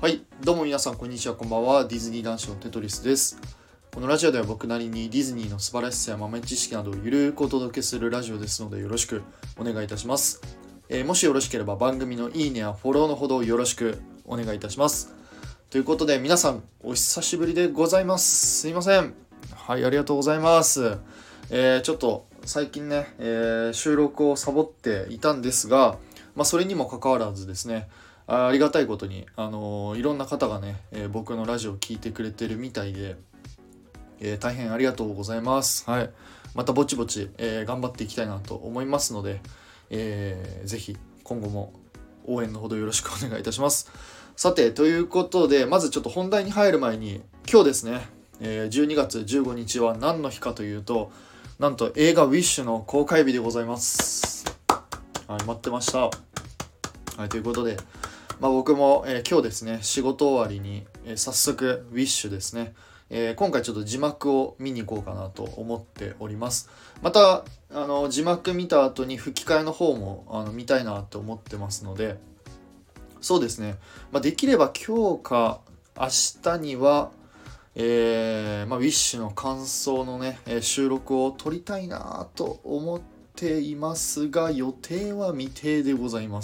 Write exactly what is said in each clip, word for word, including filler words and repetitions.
はい、どうも皆さんこんにちは、こんばんは。ディズニー男子のテトリスです。このラジオでは僕なりにディズニーの素晴らしさや豆知識などをゆるくお届けするラジオですのでよろしくお願いいたします。えーもしよろしければ番組のいいねやフォローのほどよろしくお願いいたします。ということで皆さんお久しぶりでございます。すいません。はい、ありがとうございます。えーちょっと最近ね、えー収録をサボっていたんですが、まあ、それにもかかわらずですね、あありがたいことに、あのーいろんな方がね、えー僕のラジオを聞いてくれてるみたいで、えー大変ありがとうございます。はい。またぼちぼち、えー頑張っていきたいなと思いますので、えーぜひ今後も応援のほどよろしくお願いいたします。さて、ということで、まずちょっと本題に入る前に、今日ですね、えーじゅうにがつじゅうごにちは何の日かというと、なんと映画ウィッシュの公開日でございます。はい、待ってました。はい、ということで、まあ、僕も、えー今日ですね、仕事終わりに、えー早速ウィッシュですね、えー今回ちょっと字幕を見に行こうかなと思っております。またあの字幕見た後に吹き替えの方もあの見たいなと思ってますので、そうですね、まあ、できれば今日か明日には、えーまあ、ウィッシュの感想のね、えー収録を撮りたいなと思っていますが、予定は未定でございます。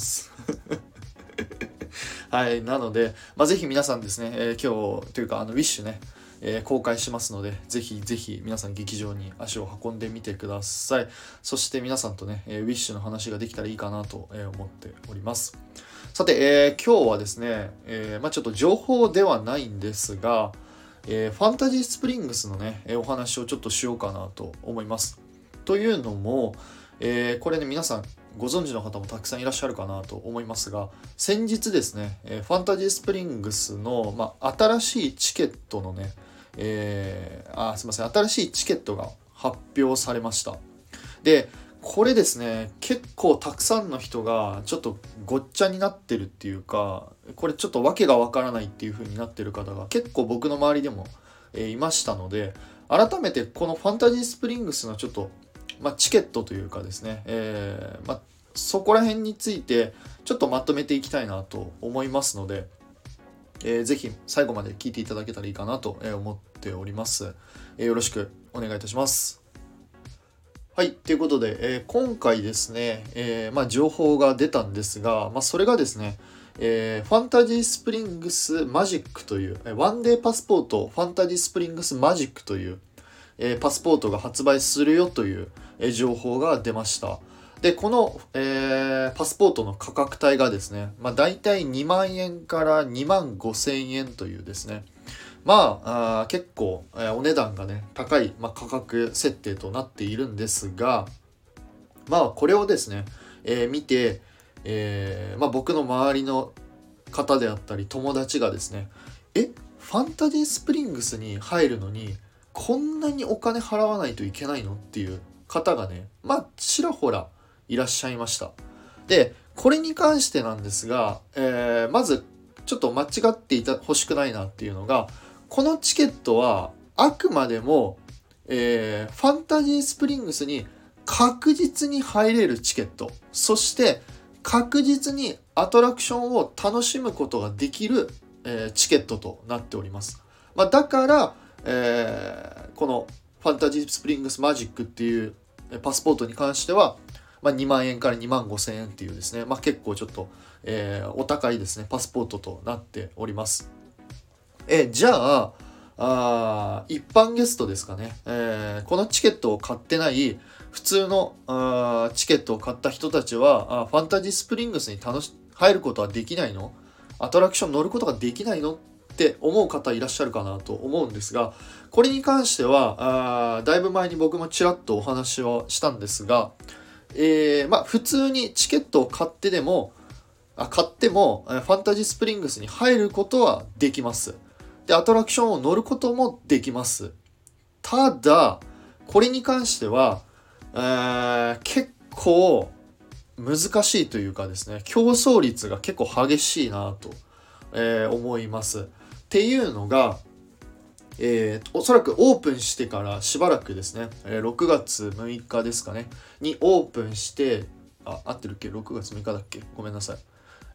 はい、なので、まあ、ぜひ皆さんですね、えー今日というかあのウィッシュね、えー公開しますので、ぜひぜひ皆さん劇場に足を運んでみてください。そして皆さんとね、えーウィッシュの話ができたらいいかなと、えー思っております。さて、えー今日はですね、えーまあ、ちょっと情報ではないんですが、えーファンタジースプリングスのね、えーお話をちょっとしようかなと思います。というのも、えーこれね、皆さんご存知の方もたくさんいらっしゃるかなと思いますが、先日ですね、えーファンタジースプリングスの、まあ、新しいチケットのね、えーあ、すいません、新しいチケットが発表されました。で、これですね、結構たくさんの人がちょっとごっちゃになってるっていうか、これちょっとわけがわからないっていう風になってる方が結構僕の周りでも、えーいましたので、改めてこのファンタジースプリングスのちょっと、まあ、チケットというかですね、えーまあ、そこら辺についてちょっとまとめていきたいなと思いますので、えーぜひ最後まで聞いていただけたらいいかなと思っております。えーよろしくお願いいたします。はい、ということで、えー今回ですね、えーまあ、情報が出たんですが、まあ、それがですね、えーファンタジースプリングスマジックという、えーワンデーパスポートファンタジースプリングスマジックという、えーパスポートが発売するよという、えー情報が出ました。で、この、えーパスポートの価格帯がですね、まあ、大体にまんえんからにまんごせんえんというですね、まあ、あー結構、えーお値段がね、高い、まあ、価格設定となっているんですが、まあ、これをですね、えー見て、えーまあ、僕の周りの方であったり、友達がですね、え、ファンタジースプリングスに入るのに、こんなにお金払わないといけないのっていう方がね、まあ、ちらほらいらっしゃいました。で、これに関してなんですが、えーまず、ちょっと間違っていたほしくないなっていうのが、このチケットはあくまでも、えーファンタジースプリングスに確実に入れるチケット、そして確実にアトラクションを楽しむことができる、えーチケットとなっております。まあ、だから、えーこのファンタジースプリングスマジックっていうえーパスポートに関しては、まあ、にまんえんからにまんごせんえんっていうですね、まあ、結構ちょっと、えーお高いですねパスポートとなっております。えじゃああー一般ゲストですかね、えーこのチケットを買ってない普通のあーチケットを買った人たちは、あファンタジースプリングスに楽し入ることはできないの、アトラクション乗ることができないのって思う方いらっしゃるかなと思うんですが、これに関してはあーだいぶ前に僕もちらっとお話をしたんですが、えーまあ普通にチケットを買ってでもあ買ってもえーファンタジースプリングスに入ることはできます。で、アトラクションを乗ることもできます。ただ、これに関しては、えー結構難しいというかですね、競争率が結構激しいなと、えー思います。っていうのが、えーおそらくオープンしてからしばらくですね、えーろくがつむいかですかね、にオープンして、あ、合ってるっけ ?ろくがつむいかだっけ、ごめんなさい。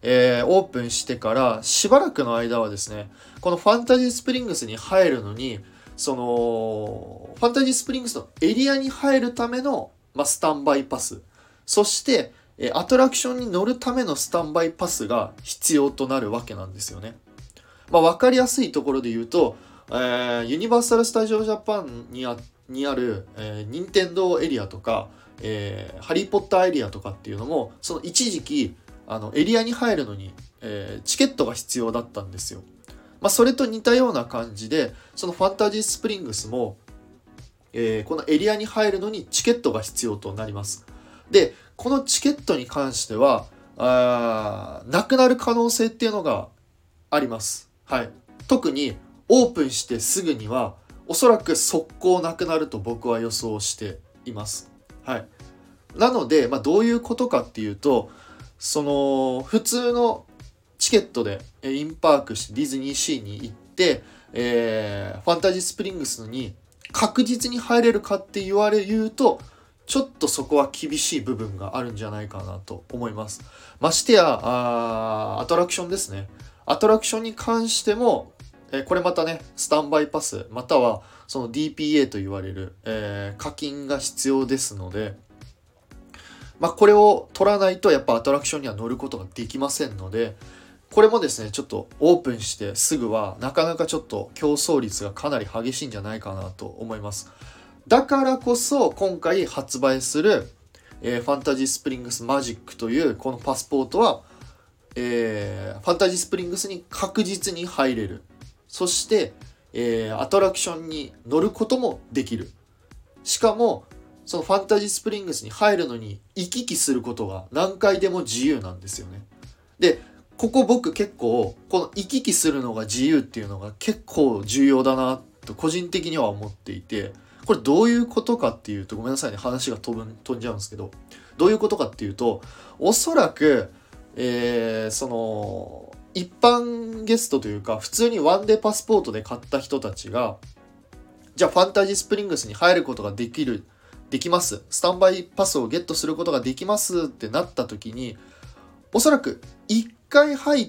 えー、オープンしてからしばらくの間はですね、このファンタジースプリングスに入るのに、そのファンタジースプリングスのエリアに入るための、まあ、スタンバイパス、そしてえアトラクションに乗るためのスタンバイパスが必要となるわけなんですよね。まあ、分かりやすいところで言うと、えー、ユニバーサル・スタジオ・ジャパンにあにある、えー、任天堂エリアとか、えー、ハリー・ポッターエリアとかっていうのも、その一時期あのエリアに入るのに、えー、チケットが必要だったんですよ。まあ、それと似たような感じで、そのファンタジースプリングスも、えー、このエリアに入るのにチケットが必要となります。で、このチケットに関しては、あなくなる可能性っていうのがあります。はい。特にオープンしてすぐには、おそらく速攻なくなると僕は予想しています。はい。なので、まあ、どういうことかっていうと、その普通のチケットでインパークしてディズニーシーに行って、えー、ファンタジースプリングスに確実に入れるかって言われ言うと、ちょっとそこは厳しい部分があるんじゃないかなと思います。ましてやあアトラクションですね。アトラクションに関しても、えー、これまたね、スタンバイパスまたはその ディーピーエー と言われる、えー、課金が必要ですので、まあ、これを取らないとやっぱアトラクションには乗ることができませんので、これもですね、ちょっとオープンしてすぐはなかなかちょっと競争率がかなり激しいんじゃないかなと思います。だからこそ今回発売する、えー、ファンタジースプリングスマジックというこのパスポートは、えー、ファンタジースプリングスに確実に入れる。そして、えー、アトラクションに乗ることもできる。しかもそのファンタジースプリングスに入るのに行き来することが何回でも自由なんですよね。で、ここ僕結構この行き来するのが自由っていうのが結構重要だなと個人的には思っていて、これどういうことかっていうと、ごめんなさいね、話が飛ぶ飛んじゃうんですけど、どういうことかっていうと、おそらく、えー、その一般ゲストというか普通にワンデーパスポートで買った人たちが、じゃあファンタジースプリングスに入ることができるできますスタンバイパスをゲットすることができますってなった時に、おそらくいっかい入って、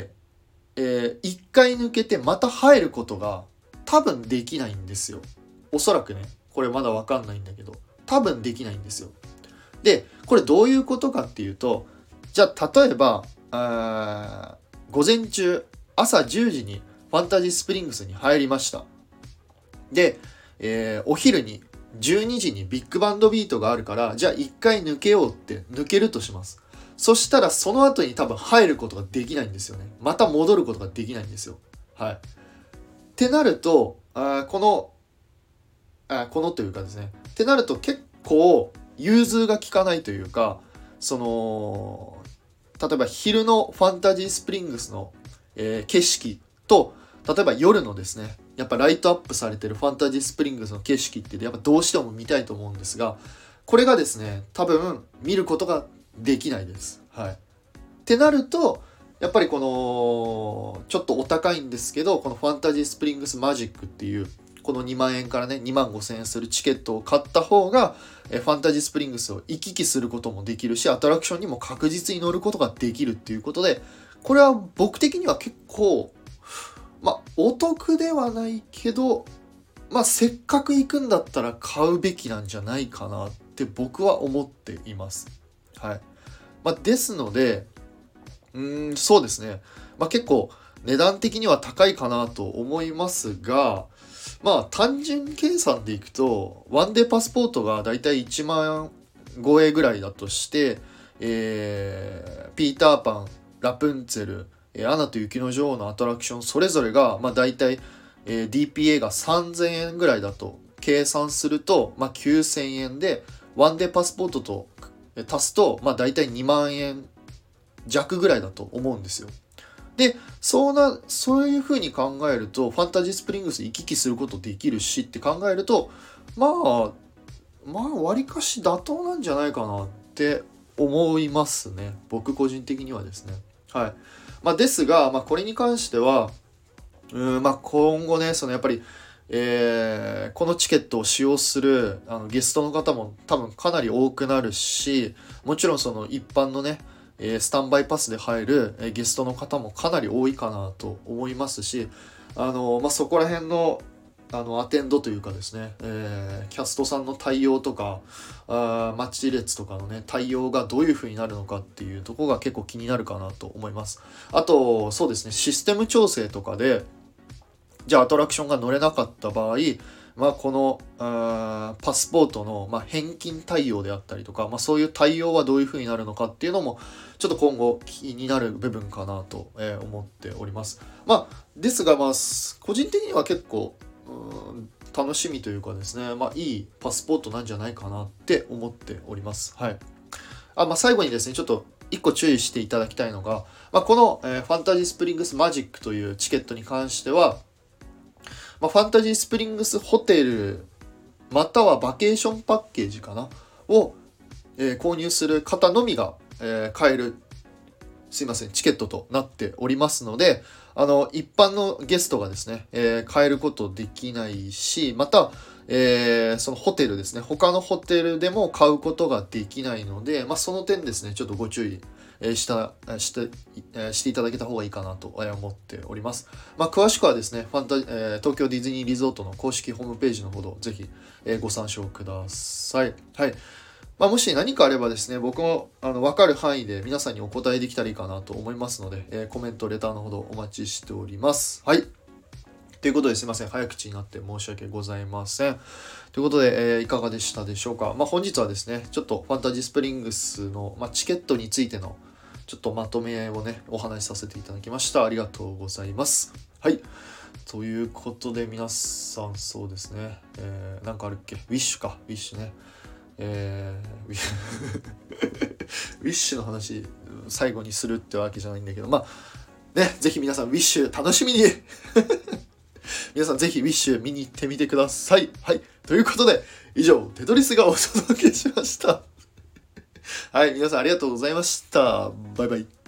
えー、いっかい抜けてまた入ることが多分できないんですよ。おそらくね、これまだ分かんないんだけど多分できないんですよ。で、これどういうことかっていうと、じゃあ例えばあ午前中朝じゅうじにファンタジースプリングスに入りました。で、えー、お昼にじゅうにじにビッグバンドビートがあるから、じゃあいっかい抜けようって抜けるとします。そしたらその後に多分入ることができないんですよね。また戻ることができないんですよ。はい。ってなると、あこのあこのというかですね。ってなると結構融通が利かないというか、その例えば昼のファンタジースプリングスの、えー、景色と、例えば夜のですね、やっぱライトアップされてるファンタジースプリングスの景色ってやっぱどうしても見たいと思うんですが、これがですね、多分見ることができないです。はい。ってなると、やっぱりこのちょっとお高いんですけど、このファンタジースプリングスマジックっていうこのにまんえんからねにまんごせんえんするチケットを買った方が、えファンタジースプリングスを行き来することもできるし、アトラクションにも確実に乗ることができるっていうことで、これは僕的には結構まあお得ではないけど、まあせっかく行くんだったら買うべきなんじゃないかなって僕は思っています。はい。まあ、ですので、うーんそうですね。まあ結構値段的には高いかなと思いますが、まあ単純計算でいくとワンデーパスポートがだいたいいちまん超えぐらいだとして、えー、ピーターパン、ラプンツェル、アナと雪の女王のアトラクションそれぞれが、まあ、だいたい、えー、ディーピーエー がさんぜんえんぐらいだと計算すると、まあ、きゅうせんえんでワンデーパスポートと足すと、まあ、だいたいにまんえん弱ぐらいだと思うんですよ。で、そうな、そういう風に考えると、ファンタジースプリングス行き来することできるしって考えると、まあ、まあ、割かし妥当なんじゃないかなって思いますね。僕個人的にはですね。はい。まあ、ですが、まあ、これに関しては、うーん、まあ、今後ね、そのやっぱり、えーこのチケットを使用するあのゲストの方も多分かなり多くなるし、もちろんその一般のね、 えースタンバイパスで入る、えーゲストの方もかなり多いかなと思いますし、あのまあ、そこら辺のあのアテンドというかですね、えーキャストさんの対応とか、あー待ち列とかのね対応がどういう風になるのかっていうところが結構気になるかなと思います。あとそうですね、システム調整とかでじゃあアトラクションが乗れなかった場合、まあ、このあーパスポートの、まあ、返金対応であったりとか、まあ、そういう対応はどういう風になるのかっていうのもちょっと今後気になる部分かなと、えー思っております。まあ、ですがまあす個人的には結構うーん楽しみというかですね、まあ、いいパスポートなんじゃないかなって思っております。はい。あ、まあ、最後にですね、ちょっと一個注意していただきたいのが、まあ、この、えーファンタジースプリングスマジックというチケットに関しては、まあ、ファンタジースプリングスホテルまたはバケーションパッケージかなを、えー購入する方のみが、えー買える、すいません、チケットとなっておりますので、あの、一般のゲストがですね、えー買えることできないし、また、えーそのホテルですね、他のホテルでも買うことができないので、まあ、その点ですね、ちょっとご注意、えーしたえして、えーしていただけた方がいいかなとえー思っております。まあ、詳しくはですね、ファンタ、えー東京ディズニーリゾートの公式ホームページのほど、ぜひ、えーご参照ください。はい。まあ、もし何かあればですね、僕もあの分かる範囲で皆さんにお答えできたらいいかなと思いますので、えーコメント、レターのほどお待ちしております。はい。ということですいません。早口になって申し訳ございません。ということで、えーいかがでしたでしょうか。まあ、本日はですね、ちょっとファンタジースプリングスの、まあ、チケットについてのちょっとまとめをね、お話しさせていただきました。ありがとうございます。はい。ということで皆さんそうですね、えーなんかあるっけ、ウィッシュか、ウィッシュね。えー、ウィウィッシュの話最後にするってわけじゃないんだけど、まあね、ぜひ皆さんウィッシュ楽しみに皆さんぜひウィッシュ見に行ってみてください。はい。ということで、以上、テトリスがお届けしました。はい。皆さんありがとうございました。バイバイ。